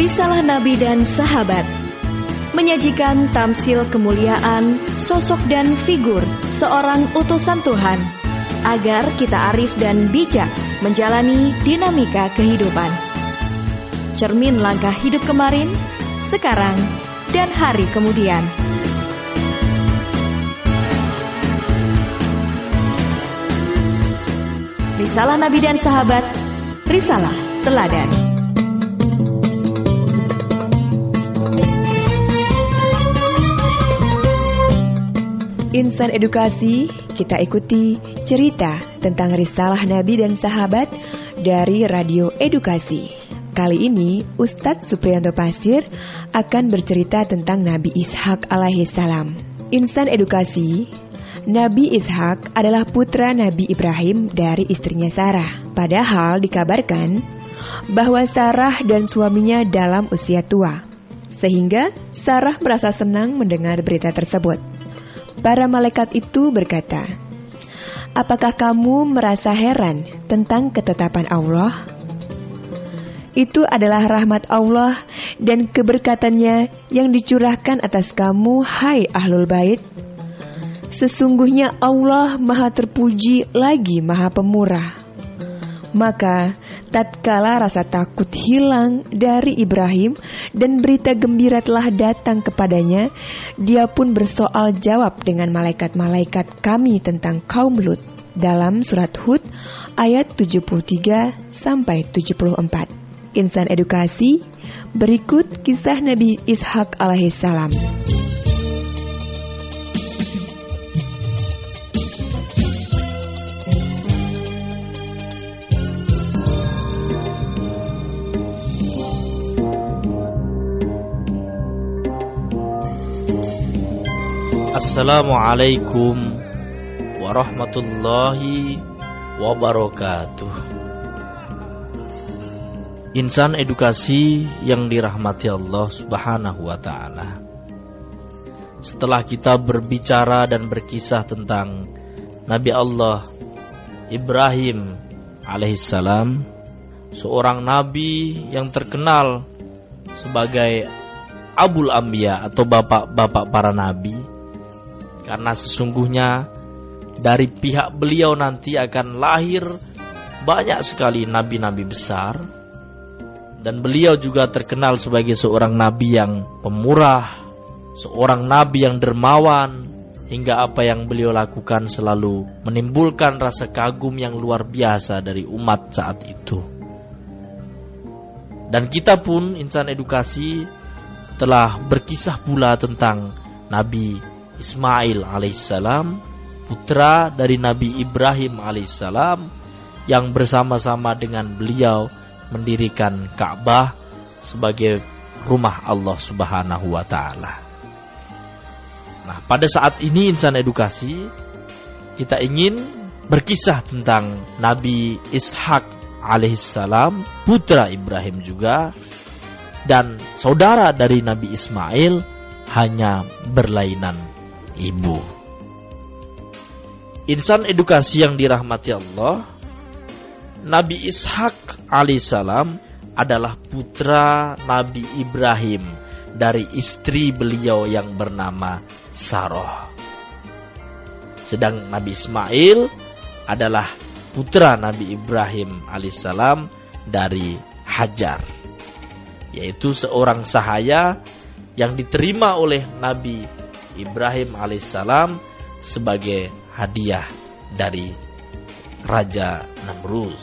Risalah Nabi dan Sahabat menyajikan tamsil kemuliaan, sosok dan figur seorang utusan Tuhan agar kita arif dan bijak menjalani dinamika kehidupan. Cermin langkah hidup kemarin, sekarang, dan hari kemudian. Risalah Nabi dan Sahabat, Risalah Teladan. Insan Edukasi, kita ikuti cerita tentang Risalah Nabi dan Sahabat dari Radio Edukasi. Kali ini Ustadz Supriyanto Pasir akan bercerita tentang Nabi Ishak alaihissalam. Insan Edukasi, Nabi Ishak adalah putra Nabi Ibrahim dari istrinya Sarah. Padahal dikabarkan bahwa Sarah dan suaminya dalam usia tua, sehingga Sarah merasa senang mendengar berita tersebut. Para malaikat itu berkata, "Apakah kamu merasa heran tentang ketetapan Allah? Itu adalah rahmat Allah dan keberkatannya yang dicurahkan atas kamu, hai Ahlul Bait. Sesungguhnya Allah Maha Terpuji lagi Maha Pemurah." Maka tatkala rasa takut hilang dari Ibrahim dan berita gembira telah datang kepadanya, dia pun bersoal jawab dengan malaikat-malaikat kami tentang kaum Lut dalam surat Hud ayat 73 sampai 74. Insan Edukasi, berikut kisah Nabi Ishak alaihissalam. Assalamualaikum warahmatullahi wabarakatuh. Insan Edukasi yang dirahmati Allah Subhanahu wa ta'ala. Setelah kita berbicara dan berkisah tentang Nabi Allah Ibrahim alaihissalam, seorang nabi yang terkenal sebagai Abul Anbiya atau bapak-bapak para nabi, karena sesungguhnya dari pihak beliau nanti akan lahir banyak sekali nabi-nabi besar. Dan beliau juga terkenal sebagai seorang nabi yang pemurah, seorang nabi yang dermawan, hingga apa yang beliau lakukan selalu menimbulkan rasa kagum yang luar biasa dari umat saat itu. Dan kita pun Insan Edukasi telah berkisah pula tentang Nabi Ismail alaihissalam, putra dari Nabi Ibrahim alaihissalam, yang bersama-sama dengan beliau mendirikan Ka'bah sebagai rumah Allah Subhanahu wa ta'ala. Nah, pada saat ini Insan Edukasi, kita ingin berkisah tentang Nabi Ishak alaihissalam, putra Ibrahim juga, dan saudara dari Nabi Ismail, hanya berlainan ibu. Insan Edukasi yang dirahmati Allah, Nabi Ishak alaihissalam adalah putra Nabi Ibrahim dari istri beliau yang bernama Sarah. Sedang Nabi Ismail adalah putra Nabi Ibrahim alaihissalam dari Hajar, yaitu seorang sahaya yang diterima oleh Nabi Ibrahim alaihissalam sebagai hadiah dari Raja Namrud.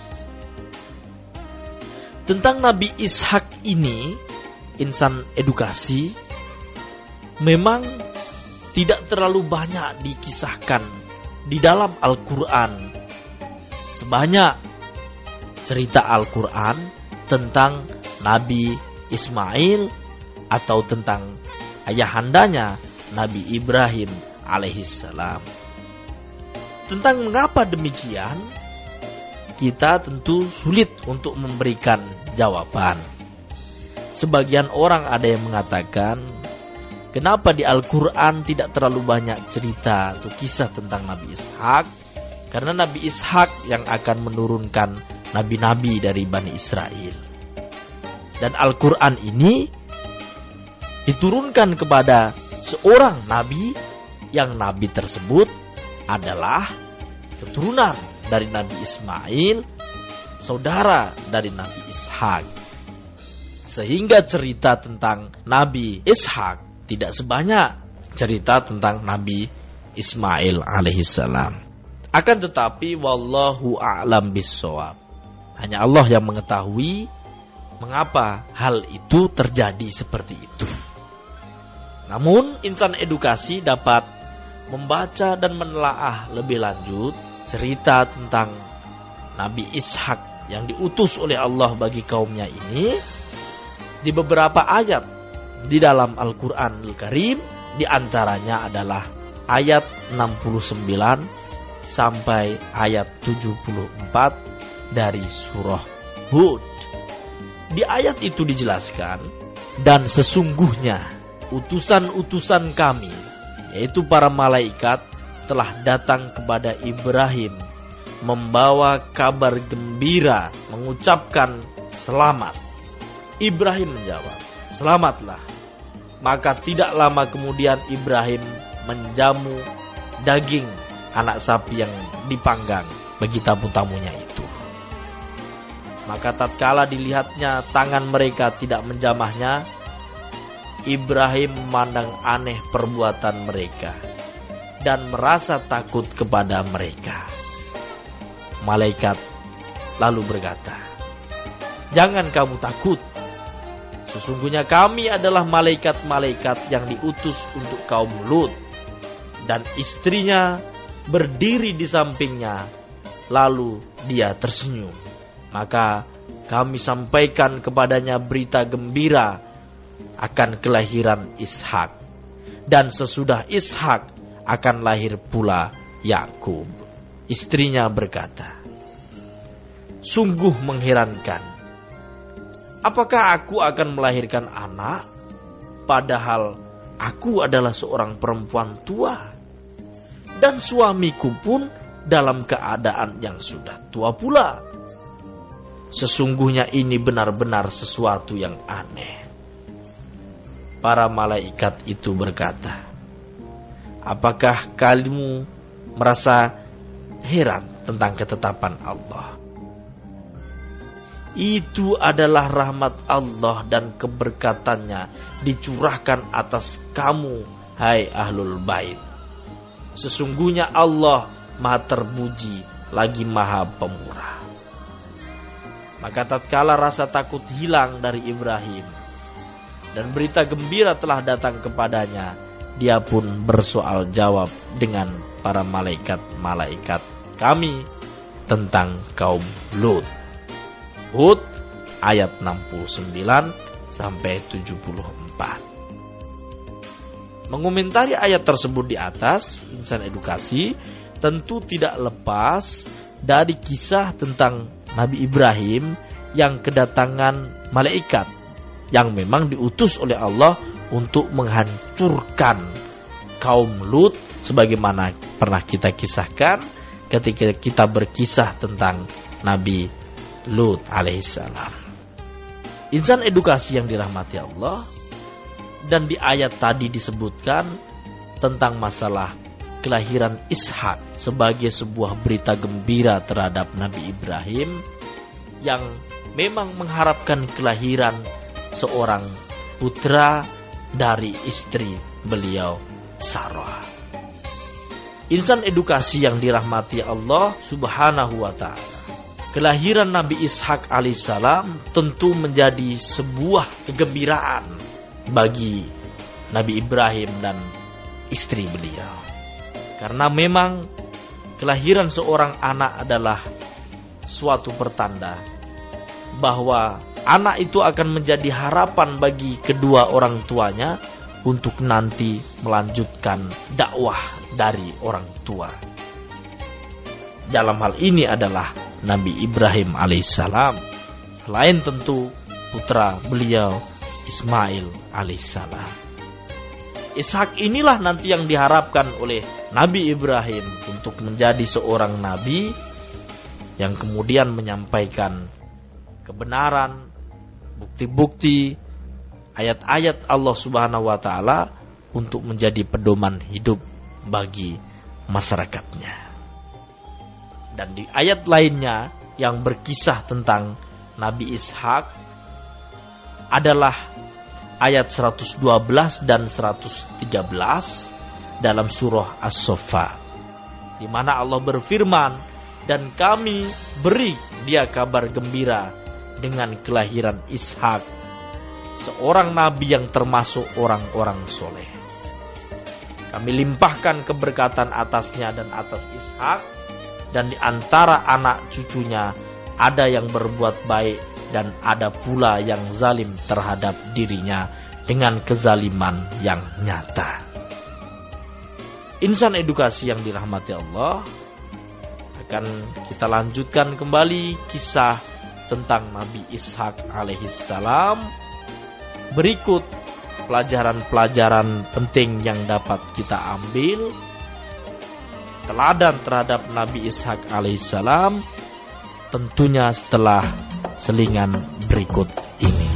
Tentang Nabi Ishak ini, Insan Edukasi, memang tidak terlalu banyak dikisahkan di dalam Al-Quran. Sebanyak cerita Al-Quran tentang Nabi Ismail atau tentang ayahandanya Nabi Ibrahim alaihissalam. Tentang mengapa demikian, kita tentu sulit untuk memberikan jawaban. Sebagian orang ada yang mengatakan, kenapa di Al-Quran tidak terlalu banyak cerita atau kisah tentang Nabi Ishak? Karena Nabi Ishak yang akan menurunkan nabi-nabi dari Bani Israel. Dan Al-Quran ini diturunkan kepada seorang nabi, yang nabi tersebut adalah keturunan dari Nabi Ismail, saudara dari Nabi Ishak. Sehingga cerita tentang Nabi Ishak tidak sebanyak cerita tentang Nabi Ismail alaihissalam. Akan tetapi wallahu a'lam bissawab. Hanya Allah yang mengetahui mengapa hal itu terjadi seperti itu. Namun insan edukasi dapat membaca dan menelaah lebih lanjut cerita tentang Nabi Ishak yang diutus oleh Allah bagi kaumnya ini di beberapa ayat di dalam Al-Quranul Karim. Di antaranya adalah ayat 69 sampai ayat 74 dari surah Hud. Di ayat itu dijelaskan, dan sesungguhnya utusan-utusan kami, yaitu para malaikat, telah datang kepada Ibrahim membawa kabar gembira, mengucapkan selamat. Ibrahim menjawab, selamatlah. Maka tidak lama kemudian Ibrahim menjamu daging anak sapi yang dipanggang bagi tamu-tamunya itu. Maka tatkala dilihatnya tangan mereka tidak menjamahnya, Ibrahim memandang aneh perbuatan mereka dan merasa takut kepada mereka. Malaikat lalu berkata, jangan kamu takut. Sesungguhnya kami adalah malaikat-malaikat yang diutus untuk kaum Lut. Dan istrinya berdiri di sampingnya, lalu dia tersenyum. Maka kami sampaikan kepadanya berita gembira akan kelahiran Ishak. Dan sesudah Ishak akan lahir pula Yakub. Istrinya berkata, sungguh mengherankan. Apakah aku akan melahirkan anak, padahal aku adalah seorang perempuan tua, dan suamiku pun dalam keadaan yang sudah tua pula. Sesungguhnya ini benar-benar sesuatu yang aneh. Para malaikat itu berkata, apakah kamu merasa heran tentang ketetapan Allah? Itu adalah rahmat Allah dan keberkatannya dicurahkan atas kamu, hai ahlul bait. Sesungguhnya Allah maha terpuji lagi maha pemurah. Maka tatkala rasa takut hilang dari Ibrahim dan berita gembira telah datang kepadanya, dia pun bersoal jawab dengan para malaikat-malaikat kami tentang kaum Lut. Hud ayat 69 sampai 74. Mengomentari ayat tersebut di atas, insan edukasi tentu tidak lepas dari kisah tentang Nabi Ibrahim yang kedatangan malaikat yang memang diutus oleh Allah untuk menghancurkan kaum Lut, sebagaimana pernah kita kisahkan ketika kita berkisah tentang Nabi Lut alaihissalam. Insan edukasi yang dirahmati Allah, dan di ayat tadi disebutkan tentang masalah kelahiran Ishak sebagai sebuah berita gembira terhadap Nabi Ibrahim yang memang mengharapkan kelahiran seorang putra dari istri beliau Sarah. Insan edukasi yang dirahmati Allah subhanahu wa ta'ala, kelahiran Nabi Ishak alaihissalam tentu menjadi sebuah kegembiraan bagi Nabi Ibrahim dan istri beliau. Karena memang kelahiran seorang anak adalah suatu pertanda bahwa anak itu akan menjadi harapan bagi kedua orang tuanya untuk nanti melanjutkan dakwah dari orang tua. Dalam hal ini adalah Nabi Ibrahim alaihissalam, selain tentu putra beliau Ismail alaihissalam. Ishak inilah nanti yang diharapkan oleh Nabi Ibrahim untuk menjadi seorang nabi yang kemudian menyampaikan kebenaran bukti-bukti ayat-ayat Allah Subhanahu wa taala untuk menjadi pedoman hidup bagi masyarakatnya. Dan di ayat lainnya yang berkisah tentang Nabi Ishak adalah ayat 112 dan 113 dalam surah As-Saffat, di mana Allah berfirman, dan kami beri dia kabar gembira dengan kelahiran Ishak, seorang nabi yang termasuk orang-orang soleh. Kami limpahkan keberkatan atasnya dan atas Ishak, dan di antara anak cucunya ada yang berbuat baik dan ada pula yang zalim terhadap dirinya dengan kezaliman yang nyata. Insan edukasi yang dirahmati Allah, akan kita lanjutkan kembali kisah tentang Nabi Ishak alaihissalam. Berikut pelajaran-pelajaran penting yang dapat kita ambil teladan terhadap Nabi Ishak alaihissalam, tentunya setelah selingan berikut ini.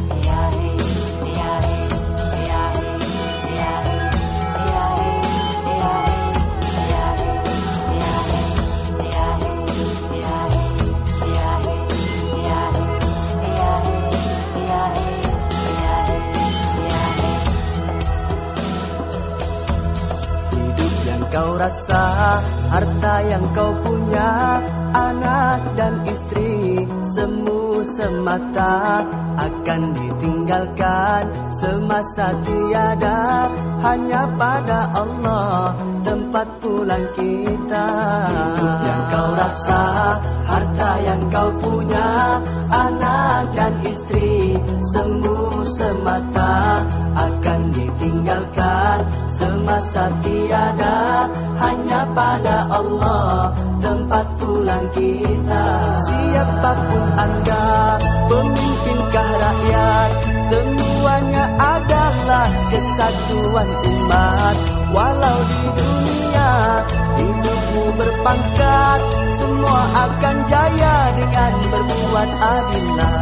Kau rasa harta yang kau punya, anak dan istri, semu semata akan ditinggalkan semasa tiada. Hanya pada Allah tempat pulang kita. Hidup yang kau rasa, harta yang kau punya, anak dan istri, semu semata akan ditinggalkan semasa tiada. Hanya pada Allah tempat pulang kita. Siapapun Anda, pemimpin rakyat, semuanya adalah kesatuan umat. Walau di dunia hidupmu berpangkat, semua akan jaya dengan berbuat adillah.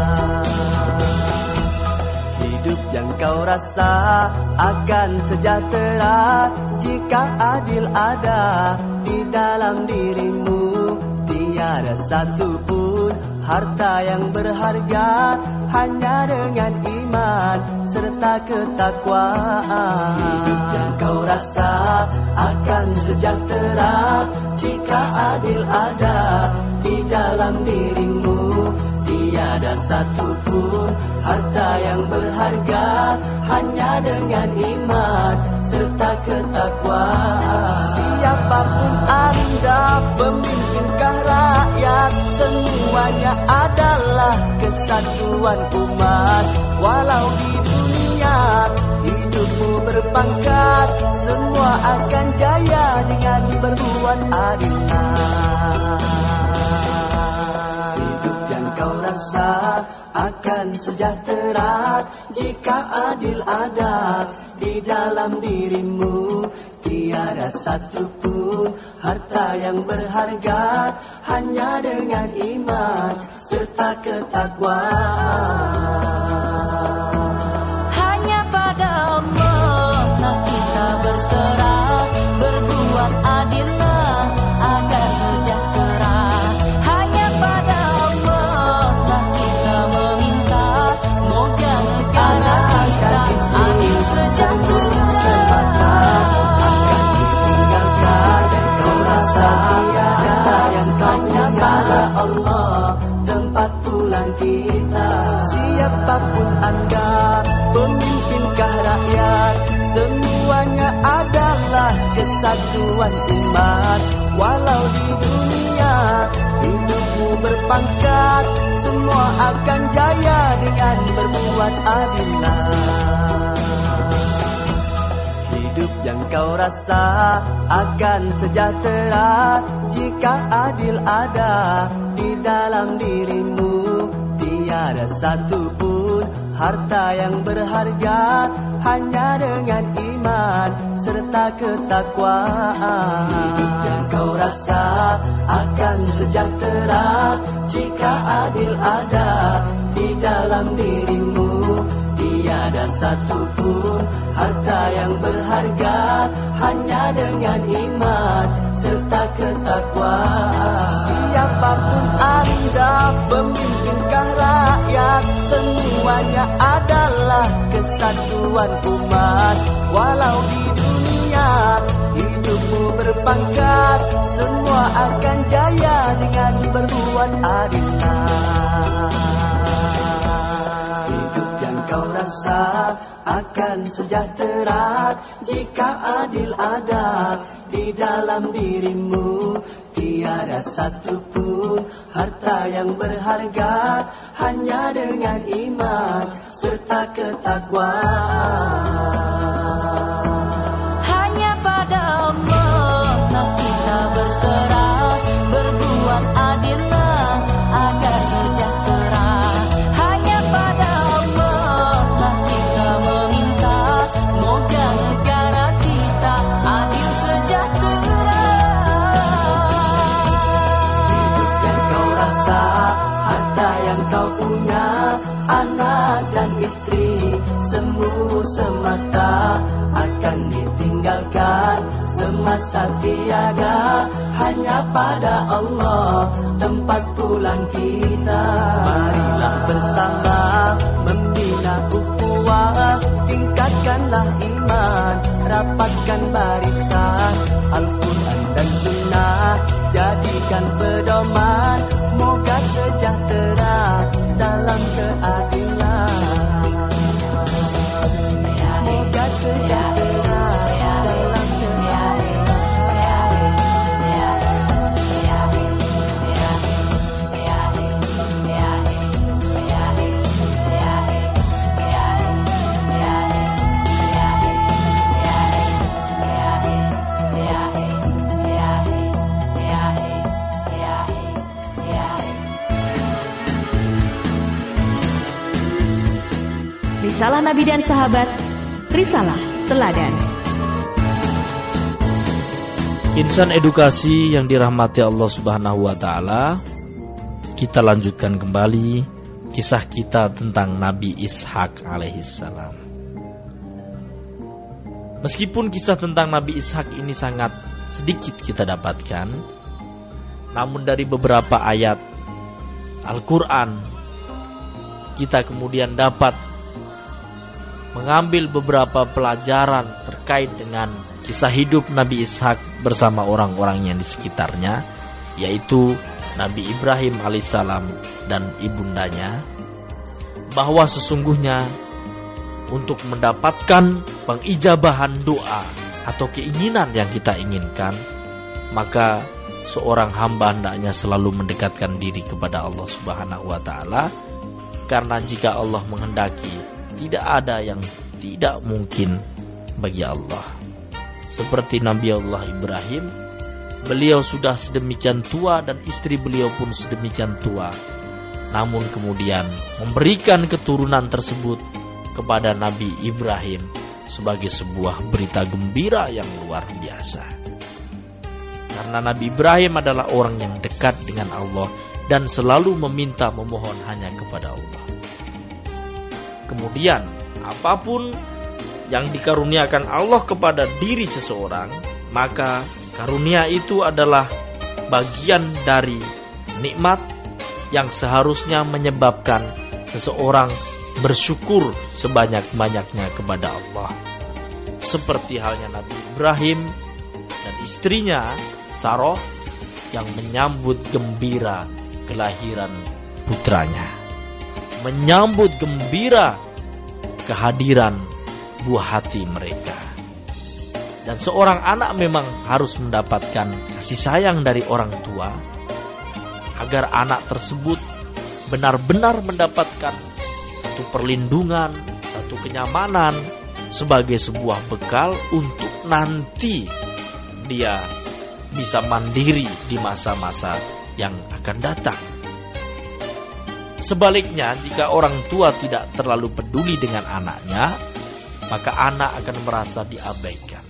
Hidup yang kau rasa akan sejahtera jika adil ada di dalam dirimu. Tiada satu pun harta yang berharga, hanya dengan iman serta ketakwaan. Hidup yang kau rasa akan sejahtera jika adil ada di dalam dirimu. Tiada satu pun harta yang berharga, hanya dengan iman serta ketakwaan. Siapapun Anda, pemimpin rakyat, semuanya adalah kesatuan umat. Walau di dunia hidupmu berpangkat, semua akan jaya dengan berbuat adillah. Hidup yang kau rasa akan sejahtera jika adil ada di dalam dirimu. Tiada satu pun harta yang berharga, hanya dengan iman serta ketakwaan. Hanya pada Allah lah kita berserah, berbuat adillah agar sejahtera. Hanya pada Allah lah kita meminta, moga negara kita adil sejahtera. Allah tempat pulang kita. Siapapun Anda, pemimpin rakyat, semuanya adalah kesatuan umat. Walau di dunia hidupmu berpangkat, semua akan jaya dengan berbuat adillah. Hidup yang kau rasa akan sejahtera jika adil ada di dalam dirimu. Tiada satu pun harta yang berharga, hanya dengan iman serta ketakwaan. Hidup yang kau rasa akan sejahtera jika adil ada di dalam dalam dirimu tiada satupun harta yang berharga, hanya dengan iman serta ketakwaan. Siapapun Anda, pemimpin rakyat, semuanya adalah kesatuan umat. Walau di dunia hidupmu berpangkat, semua akan jaya dengan berbuat adillah. Hidup yang kau rasa akan sejahtera jika adil ada di dalam dirimu. Tiada satupun harta yang berharga, hanya dengan iman serta ketakwaan. Hanya pada Allah kita berserah, berbuat adillah agar sejahtera. Hanya pada Allah kita meminta, moga negara kita adil sejahtera. Hidup yang kau rasa, harta yang kau punya, anak dan istri, semu semata akan ditinggalkan semasa tiada. Hanya pada Allah tempat pulang kita. Marilah bersama membina ukhuwah, tingkatkanlah iman, rapatkan barisan. Al-Quran dan Sunnah jadikan pedoman, moga sejahtera dalam keadilan. Moga sejahtera dalam keadilan. Risalah Nabi dan Sahabat, Risalah Teladan. Insan edukasi yang dirahmati Allah Subhanahu wa taala, kita lanjutkan kembali kisah kita tentang Nabi Ishak alaihissalam. Meskipun kisah tentang Nabi Ishak ini sangat sedikit kita dapatkan, namun dari beberapa ayat Al-Quran kita kemudian dapat mengambil beberapa pelajaran terkait dengan kisah hidup Nabi Ishak bersama orang-orang yang di sekitarnya, yaitu Nabi Ibrahim alaihissalam dan ibundanya, bahwa sesungguhnya untuk mendapatkan pengijabahan doa atau keinginan yang kita inginkan, maka seorang hamba hendaknya selalu mendekatkan diri kepada Allah Subhanahu wa taala, karena jika Allah menghendaki, tidak ada yang tidak mungkin bagi Allah. Seperti Nabi Allah Ibrahim, beliau sudah sedemikian tua dan istri beliau pun sedemikian tua, namun kemudian memberikan keturunan tersebut kepada Nabi Ibrahim sebagai sebuah berita gembira yang luar biasa. Karena Nabi Ibrahim adalah orang yang dekat dengan Allah dan selalu meminta memohon hanya kepada Allah. Kemudian apapun yang dikaruniakan Allah kepada diri seseorang, maka karunia itu adalah bagian dari nikmat yang seharusnya menyebabkan seseorang bersyukur sebanyak-banyaknya kepada Allah. Seperti halnya Nabi Ibrahim dan istrinya Sarah yang menyambut gembira kelahiran putranya, menyambut gembira kehadiran buah hati mereka. Dan seorang anak memang harus mendapatkan kasih sayang dari orang tua, agar anak tersebut benar-benar mendapatkan satu perlindungan, satu kenyamanan sebagai sebuah bekal untuk nanti dia bisa mandiri di masa-masa yang akan datang. Sebaliknya, jika orang tua tidak terlalu peduli dengan anaknya, maka anak akan merasa diabaikan.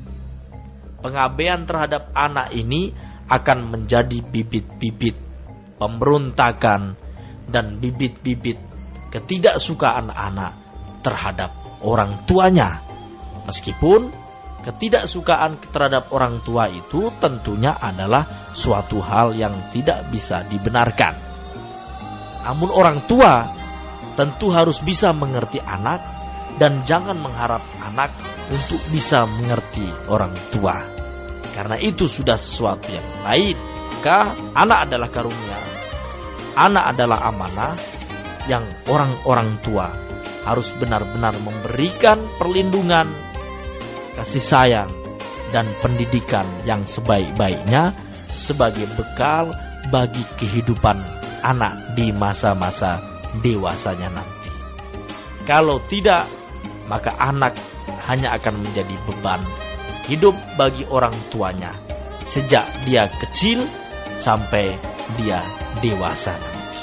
Pengabaian terhadap anak ini akan menjadi bibit-bibit pemberontakan dan bibit-bibit ketidaksukaan anak terhadap orang tuanya. Meskipun ketidaksukaan terhadap orang tua itu tentunya adalah suatu hal yang tidak bisa dibenarkan. Namun orang tua tentu harus bisa mengerti anak dan jangan mengharap anak untuk bisa mengerti orang tua. Karena itu sudah sesuatu yang lain. Maka anak adalah karunia, anak adalah amanah yang orang-orang tua harus benar-benar memberikan perlindungan, kasih sayang, dan pendidikan yang sebaik-baiknya sebagai bekal bagi kehidupan anak di masa-masa dewasanya nanti. Kalau tidak, maka anak hanya akan menjadi beban hidup bagi orang tuanya sejak dia kecil sampai dia dewasa nanti.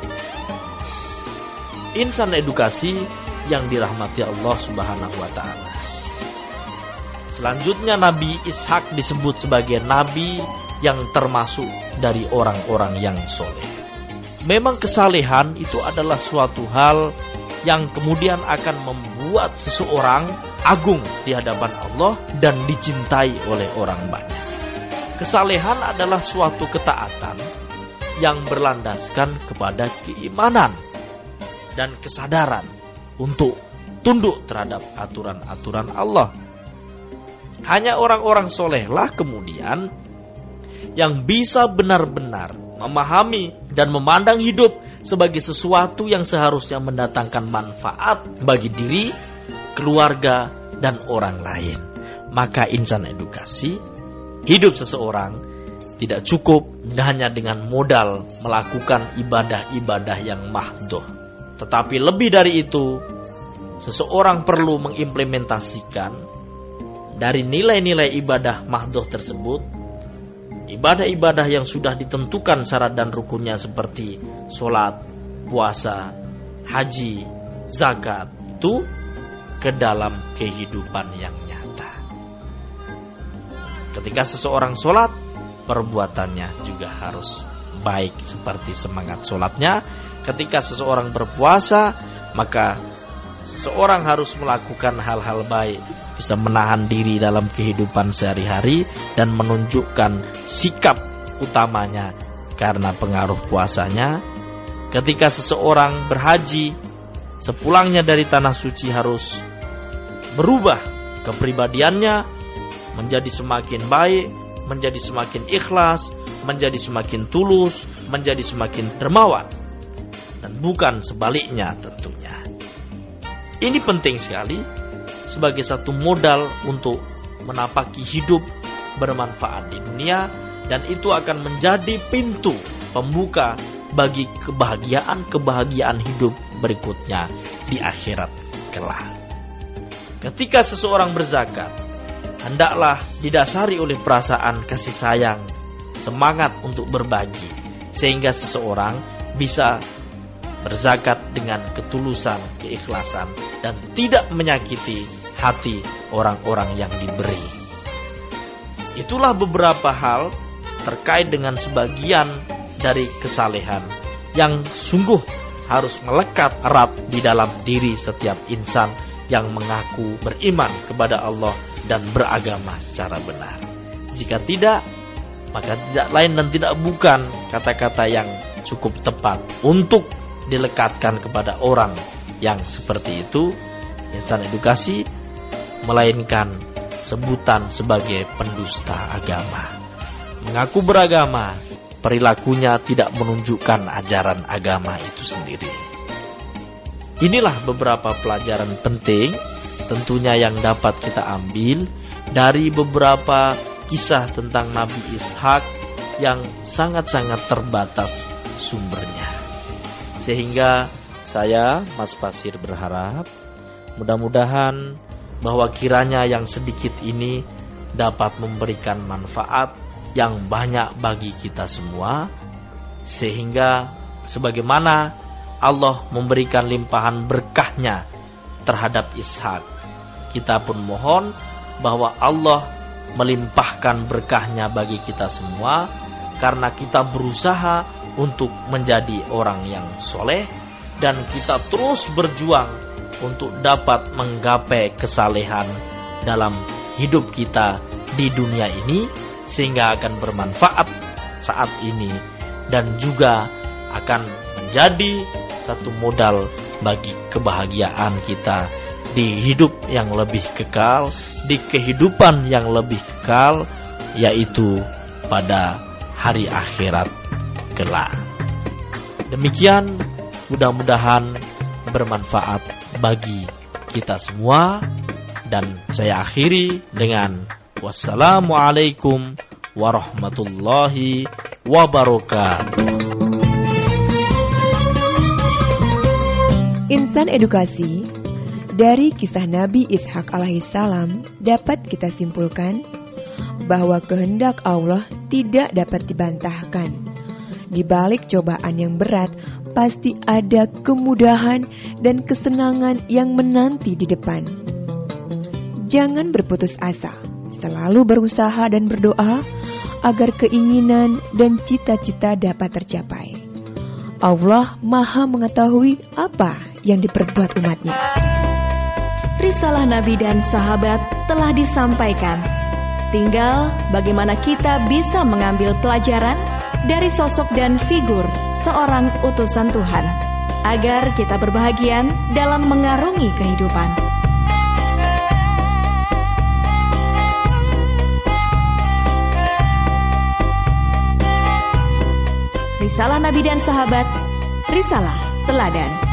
Insan edukasi yang dirahmati Allah Subhanahu wa taala. Selanjutnya Nabi Ishak disebut sebagai nabi yang termasuk dari orang-orang yang soleh. Memang kesalehan itu adalah suatu hal yang kemudian akan membuat seseorang agung di hadapan Allah dan dicintai oleh orang banyak. Kesalehan adalah suatu ketaatan yang berlandaskan kepada keimanan dan kesadaran untuk tunduk terhadap aturan-aturan Allah. Hanya orang-orang solehlah kemudian yang bisa benar-benar memahami dan memandang hidup sebagai sesuatu yang seharusnya mendatangkan manfaat bagi diri, keluarga, dan orang lain. Maka insan edukasi, hidup seseorang tidak cukup hanya dengan modal melakukan ibadah-ibadah yang mahdhah. Tetapi lebih dari itu, seseorang perlu mengimplementasikan dari nilai-nilai ibadah mahdhah tersebut, ibadah-ibadah yang sudah ditentukan syarat dan rukunnya seperti sholat, puasa, haji, zakat, itu ke dalam kehidupan yang nyata. Ketika seseorang sholat, perbuatannya juga harus baik seperti semangat sholatnya. Ketika seseorang berpuasa, maka seseorang harus melakukan hal-hal baik, bisa menahan diri dalam kehidupan sehari-hari dan menunjukkan sikap utamanya karena pengaruh puasanya. Ketika seseorang berhaji, sepulangnya dari tanah suci harus berubah kepribadiannya menjadi semakin baik, menjadi semakin ikhlas, menjadi semakin tulus, menjadi semakin dermawan, dan bukan sebaliknya tentunya. Ini penting sekali sebagai satu modal untuk menapaki hidup bermanfaat di dunia, dan itu akan menjadi pintu pembuka bagi kebahagiaan hidup berikutnya di akhirat kelak. Ketika seseorang berzakat, hendaklah didasari oleh perasaan kasih sayang, semangat untuk berbagi, sehingga seseorang bisa berzakat dengan ketulusan, keikhlasan, dan tidak menyakiti hati orang-orang yang diberi. Itulah beberapa hal terkait dengan sebagian dari kesalehan yang sungguh harus melekat erat di dalam diri setiap insan yang mengaku beriman kepada Allah dan beragama secara benar. Jika tidak, maka tidak lain dan tidak bukan kata-kata yang cukup tepat untuk dilekatkan kepada orang yang seperti itu, insan edukasi, melainkan sebutan sebagai pendusta agama. Mengaku beragama, perilakunya tidak menunjukkan ajaran agama itu sendiri. Inilah beberapa pelajaran penting tentunya yang dapat kita ambil dari beberapa kisah tentang Nabi Ishak yang sangat-sangat terbatas sumbernya. Sehingga saya, Mas Pasir, berharap mudah-mudahan bahwa kiranya yang sedikit ini dapat memberikan manfaat yang banyak bagi kita semua, sehingga sebagaimana Allah memberikan limpahan berkahnya terhadap Ishak, kita pun mohon bahwa Allah melimpahkan berkahnya bagi kita semua, karena kita berusaha untuk menjadi orang yang soleh, dan kita terus berjuang untuk dapat menggapai kesalehan dalam hidup kita di dunia ini, sehingga akan bermanfaat saat ini dan juga akan menjadi satu modal bagi kebahagiaan kita di hidup yang lebih kekal, di kehidupan yang lebih kekal, yaitu pada hari akhirat kelak. Demikian, mudah-mudahan bermanfaat bagi kita semua, dan saya akhiri dengan wassalamualaikum warahmatullahi wabarakatuh. Insan edukasi, dari kisah Nabi Ishak alaihissalam dapat kita simpulkan bahwa kehendak Allah tidak dapat dibantahkan. Di balik cobaan yang berat, pasti ada kemudahan dan kesenangan yang menanti di depan. Jangan berputus asa, selalu berusaha dan berdoa agar keinginan dan cita-cita dapat tercapai. Allah Maha mengetahui apa yang diperbuat umatnya. Risalah Nabi dan sahabat telah disampaikan. Tinggal bagaimana kita bisa mengambil pelajaran dari sosok dan figur seorang utusan Tuhan, agar kita berbahagia dalam mengarungi kehidupan. Risalah Nabi dan sahabat, risalah teladan.